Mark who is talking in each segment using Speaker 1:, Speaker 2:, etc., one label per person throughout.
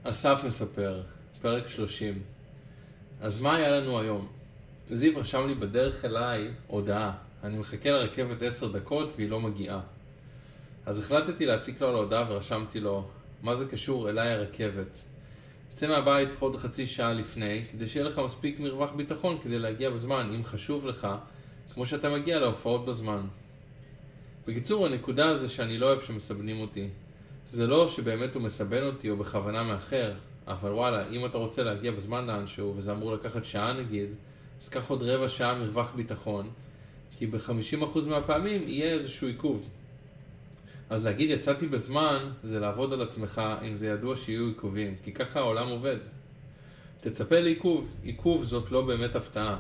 Speaker 1: אסף מספר, פרק 30. אז מה היה לנו היום? זיו רשם לי בדרך אליי הודעה. אני מחכה לרכבת 10 דקות והיא לא מגיעה. אז החלטתי להציק לו על ההודעה ורשמתי לו, מה זה קשור אליי הרכבת? צא מהבית עוד חצי שעה לפני, כדי שיהיה לך מספיק מרווח ביטחון כדי להגיע בזמן, אם חשוב לך, כמו שאתה מגיע להופעות בזמן. בקיצור, הנקודה זה שאני לא אוהב שמסבנים אותי. זה לא שבאמת הוא מסבן אותי או בכוונה מאחר, אבל וואלה, אם אתה רוצה להגיע בזמן לאנשהו, וזה אמור לקחת שעה נגיד, אז קח עוד רבע שעה מרווח ביטחון, כי ב-50% מהפעמים יהיה איזשהו עיכוב. אז להגיד יצאתי בזמן, זה לעבוד על עצמך אם זה ידוע שיהיו עיכובים, כי ככה העולם עובד. תצפה לעיכוב, עיכוב זאת לא באמת הפתעה.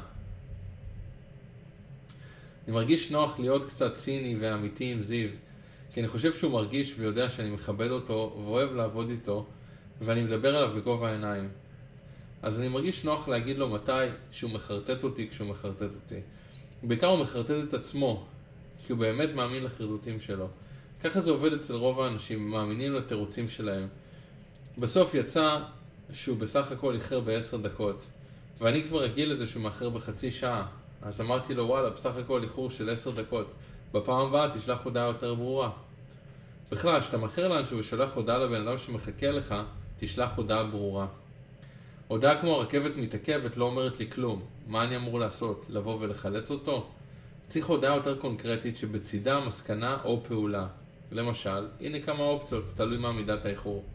Speaker 1: אני מרגיש נוח להיות קצת ציני ואמיתי עם זיו, כי אני חושב שהוא מרגיש ויודע שאני מכבד אותו ואוהב לעבוד איתו, ואני מדבר עליו בגובה העיניים. אז אני מרגיש נוח להגיד לו מתי שהוא מחרטט אותי כשהוא מחרטט אותי. בעיקר הוא מחרטט את עצמו, כי הוא באמת מאמין לחרטוטים שלו. ככה זה עובד אצל רוב האנשים, מאמינים לתירוצים שלהם. בסוף יצא שהוא בסך הכל איחר ב10 דקות, ואני כבר רגיל לזה שהוא מאחר בחצי שעה. אז אמרתי לו, וואלה, בסך הכל איחור של 10 דקות. בפעם הבאה תשלח הודעה יותר ברורה. בכלל, כשאתה מאחר לאנשהו ושולח הודעה לבן אדם שמחכה לך, תשלח הודעה ברורה. הודעה כמו הרכבת מתעכבת לא אומרת לי כלום. מה אני אמור לעשות? לבוא ולחלץ אותו? צריך הודעה יותר קונקרטית שבצידה מסקנה או פעולה. למשל, הנה כמה אופציות, תלוי מה מידת האיחור.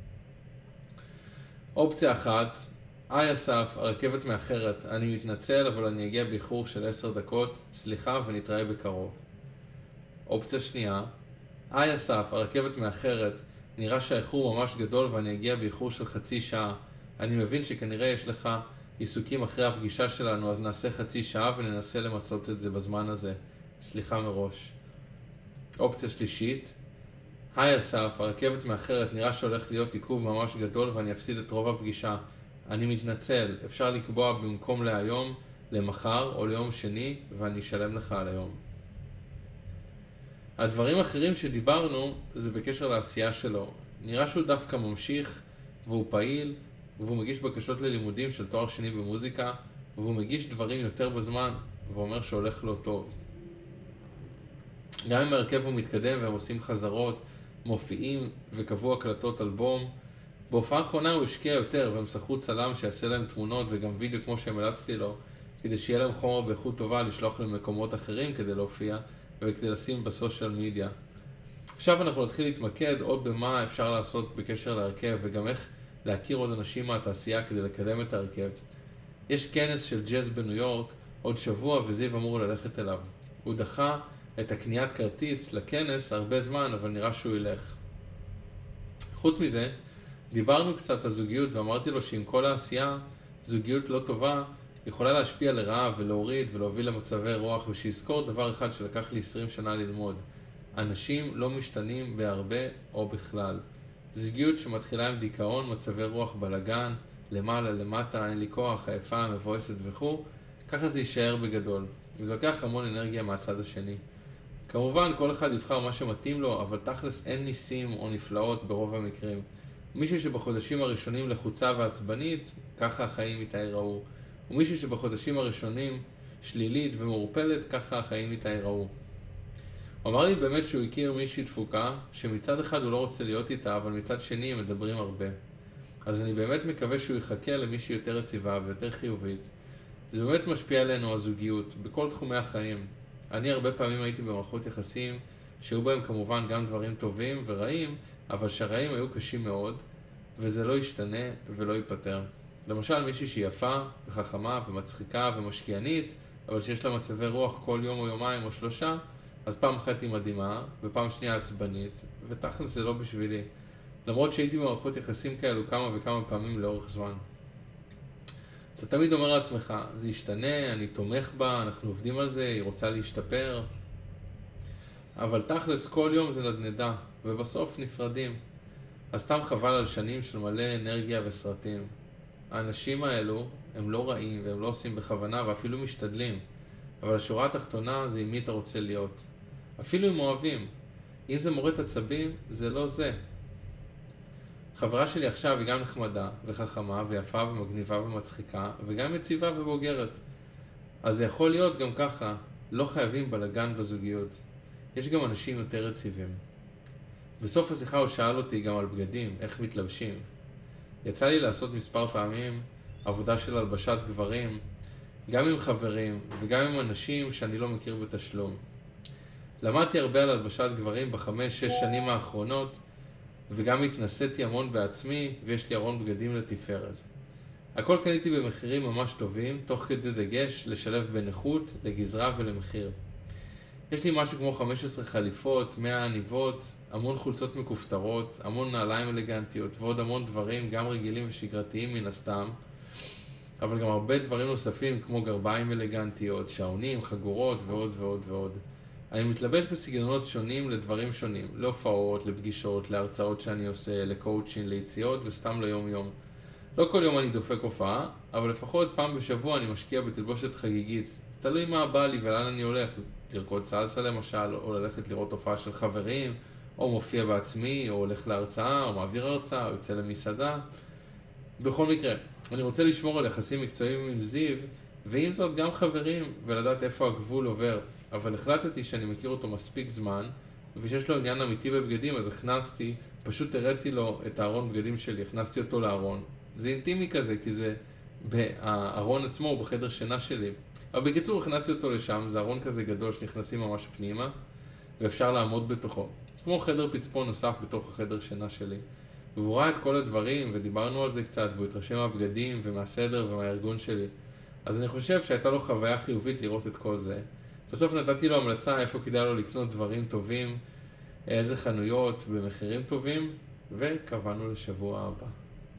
Speaker 1: אופציה אחת, היי אסף, הרכבת מאחרת, אני מתנצל אבל אני אגיע באיחור של 10 דקות, סליחה ונתראה בקרוב. אופציה שנייה, היי אסף, הרכבת מאחרת, נראה שהאיחור ממש גדול ואני אגיע באיחור של חצי שעה. אני מבין שכנראה יש לך עיסוקים אחרי הפגישה שלנו, אז נעשה חצי שעה וננסה למצות את זה בזמן הזה. סליחה מראש. אופציה שלישית, היי אסף, הרכבת מאחרת, נראה שהולך להיות עיכוב ממש גדול ואני אפסיד את רוב הפגישה. אני מתנצל, אפשר לקבוע במקום להיום, למחר או ליום שני, ואני אשלם לך על היום. הדברים האחרים שדיברנו זה בקשר לעשייה שלו. נראה שהוא דווקא ממשיך והוא פעיל, והוא מגיש בקשות ללימודים של תואר שני במוזיקה, והוא מגיש דברים יותר בזמן, ואומר שהולך לו טוב. גם אם הרכב הוא מתקדם והם עושים חזרות, מופיעים וקבעו הקלטות אלבום, בהופעה האחרונה הוא השקיע יותר והם שכרו צלם שיעשה להם תמונות וגם וידאו כמו שהמלצתי לו, כדי שיהיה להם חומר באיכות טובה לשלוח למקומות אחרים כדי להופיע וכדי לשים בסושיאל מדיה. עכשיו אנחנו נתחיל להתמקד עוד במה אפשר לעשות בקשר להרכב וגם איך להכיר עוד אנשים מהתעשייה כדי לקדם את ההרכב. יש כנס של ג'אז בניו יורק עוד שבוע וזיו אמור ללכת אליו. הוא דחה את הקניית כרטיס לכנס הרבה זמן אבל נראה שהוא ילך. חוץ מזה, דיברנו קצת על זוגיות ואמרתי לו שעם כל העשייה, זוגיות לא טובה יכולה להשפיע לרעה ולהוריד ולהוביל למצבי רוח ושיזכור דבר אחד שלקח לי 20 שנה ללמוד. אנשים לא משתנים בהרבה או בכלל. זוגיות שמתחילה עם דיכאון, מצבי רוח בלגן, למעלה, למטה, אין לי כוח, עייפה, מבואסת וכו', ככה זה יישאר בגדול. וזה לוקח המון אנרגיה מהצד השני. כמובן, כל אחד יבחר מה שמתאים לו, אבל תכלס אין ניסים או נפלאות ברוב המקרים. מישהו שבחודשים הראשונים לחוצה ועצבנית, ככה החיים איתה ייראו. ומישהו שבחודשים הראשונים שלילית ומעורפלת, ככה החיים איתה ייראו. הוא אמר לי באמת שהוא הכיר מישהי דפוקה, שמצד אחד הוא לא רוצה להיות איתה, אבל מצד שני הם מדברים הרבה. אז אני באמת מקווה שהוא יחכה למישהי יותר רציבה ויותר חיובית. זה באמת משפיע עלינו הזוגיות, בכל תחומי החיים. אני הרבה פעמים הייתי במערכות יחסים, שהיו בהם כמובן גם דברים טובים ורעים, אבל שהרעים היו קשים מאוד, וזה לא ישתנה ולא ייפטר. למשל מישהי שהיא יפה וחכמה ומצחיקה ומשקיענית, אבל שיש לה מצבי רוח כל יום או יומיים או 3, אז פעם אחת היא מדהימה, ופעם שנייה עצבנית, ותכל'ס זה לא בשבילי. למרות שהייתי במערכות יחסים כאלו כמה וכמה פעמים לאורך זמן. אתה תמיד אומר לעצמך, זה ישתנה, אני תומך בה, אנחנו עובדים על זה, היא רוצה להשתפר. אבל תכל'ס כל יום זה נדנדה, ובסוף נפרדים. אז סתם חבל על שנים של מלא אנרגיה וסרטים. האנשים האלו הם לא רעים והם לא עושים בכוונה ואפילו משתדלים. אבל השורה התחתונה זה עם מי אתה רוצה להיות. אפילו אם אוהבים. אם זה מוריד עצבים, זה לא זה. חברה שלי עכשיו היא גם נחמדה וחכמה ויפה ומגניבה ומצחיקה וגם יציבה ובוגרת. אז זה יכול להיות גם ככה, לא חייבים בלגן בזוגיות. יש גם אנשים יותר יציבים. בסוף השיחה הוא שאל אותי גם על בגדים, איך מתלבשים. יצא לי לעשות מספר פעמים עבודה של הלבשת גברים, גם עם חברים וגם עם אנשים שאני לא מכיר בתשלום. למדתי הרבה על הלבשת גברים ב5-6 שנים האחרונות, וגם התנסיתי המון בעצמי, ויש לי ארון בגדים לתפארת. הכל קניתי במחירים ממש טובים, תוך כדי דגש לשלב בין איכות, לגזרה ולמחיר. יש לי משהו כמו 15 חליפות, 100 עניבות, המון חולצות מכופתרות, המון נעליים אלגנטיות, ועוד המון דברים, גם רגילים ושגרתיים מן הסתם, אבל גם הרבה דברים נוספים כמו גרביים אלגנטיות, שעונים, חגורות ועוד ועוד ועוד. אני מתלבש בסגנונות שונים לדברים שונים, להופעות, לפגישות, להרצאות שאני עושה, לקואוצ'ין, ליציאות וסתם ליום יום. לא כל יום אני דופק הופעה, אבל לפחות פעם בשבוע אני משקיע בתלבושת חגיגית. תלוי מה בא לי ולאן אני הולך, לרקוד סלסה למשל, או ללכת לראות הופעה של חברים, או מופיע בעצמי, או הולך להרצאה, או מעביר הרצאה, או יוצא למסעדה. בכל מקרה, אני רוצה לשמור על יחסים מקצועיים עם זיו, ועם זאת גם חברים, ולדעת איפה הגבול עובר. אבל החלטתי שאני מכיר אותו מספיק זמן, ושיש לו עניין אמיתי בבגדים, אז פשוט הראיתי לו את הארון בגדים שלי, הכנסתי אותו לארון. זה אינטימי כזה, כי זה הארון עצמו הוא בחדר שינה שלי. אבל בקיצור, הכנסתי אותו לשם, זה ארון כזה גדול שנכנסים ממש פנימה, ואפשר לעמוד בתוכו. כמו חדר פצפון נוסף בתוך החדר שינה שלי. והוא ראה את כל הדברים, ודיברנו על זה קצת, והוא התרשם מהבגדים ומהסדר ומהארגון שלי. אז אני חושב שהייתה לו חוויה חיובית לראות את כל זה. בסוף נתתי לו המלצה איפה כדאי לו לקנות דברים טובים, איזה חנויות במחירים טובים, וקבענו לשבוע הבא.